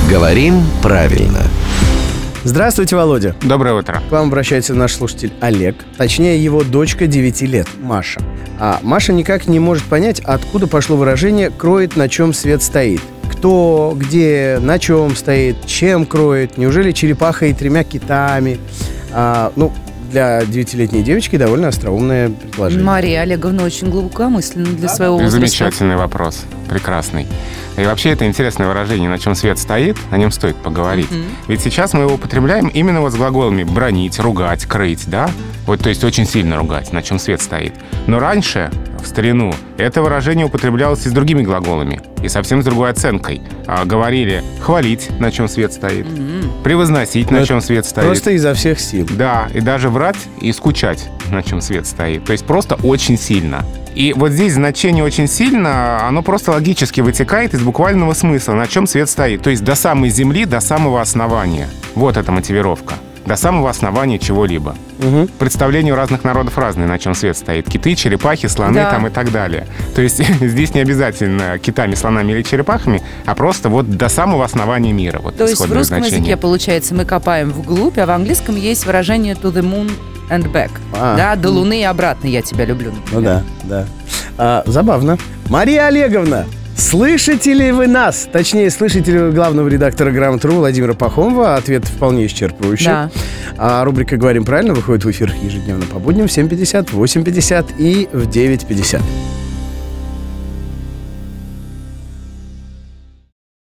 Говорим правильно. Здравствуйте, Володя. Доброе утро. К вам обращается наш слушатель Олег. Точнее, его дочка 9 лет, Маша. А Маша никак не может понять, откуда пошло выражение «кроет, на чем свет стоит». Кто, где, на чем стоит, чем кроет. Неужели черепаха и 3 китами? Для 9-летней девочки довольно остроумное предложение. Мария Олеговна очень глубокомысленна для своего возраста. Замечательный вопрос. Прекрасный. И вообще это интересное выражение, на чем свет стоит, о нем стоит поговорить. Ведь сейчас мы его употребляем именно вот с глаголами бронить, ругать, крыть, да? Вот, то есть очень сильно ругать, на чем свет стоит. Но раньше, в старину, это выражение употреблялось и с другими глаголами, и совсем с другой оценкой. Говорили хвалить, на чем свет стоит, превозносить, на чем свет стоит. Просто изо всех сил. Да, и даже врать и скучать, на чем свет стоит. То есть просто очень сильно. И вот здесь значение «очень сильно», оно просто логически вытекает из буквального смысла, на чем свет стоит. То есть до самой земли, до самого основания. Вот эта мотивировка. До самого основания чего-либо. Представления у разных народов разные, на чем свет стоит. Киты, черепахи, слоны там и так далее. То есть здесь не обязательно китами, слонами или черепахами, а просто вот до самого основания мира. Вот то есть в русском языке, получается, мы копаем вглубь, а в английском есть выражение «to the moon and back». Да, до Луны и обратно «я тебя люблю», например. Ну да. Забавно. Мария Олеговна, слышите ли вы нас? Точнее, слышите ли вы главного редактора «Грамоты.ру» Владимира Пахомова? Ответ вполне исчерпывающий. Да. Рубрика «Говорим правильно» выходит в эфир ежедневно по будням в 7:50, в 8:50 и в 9:50.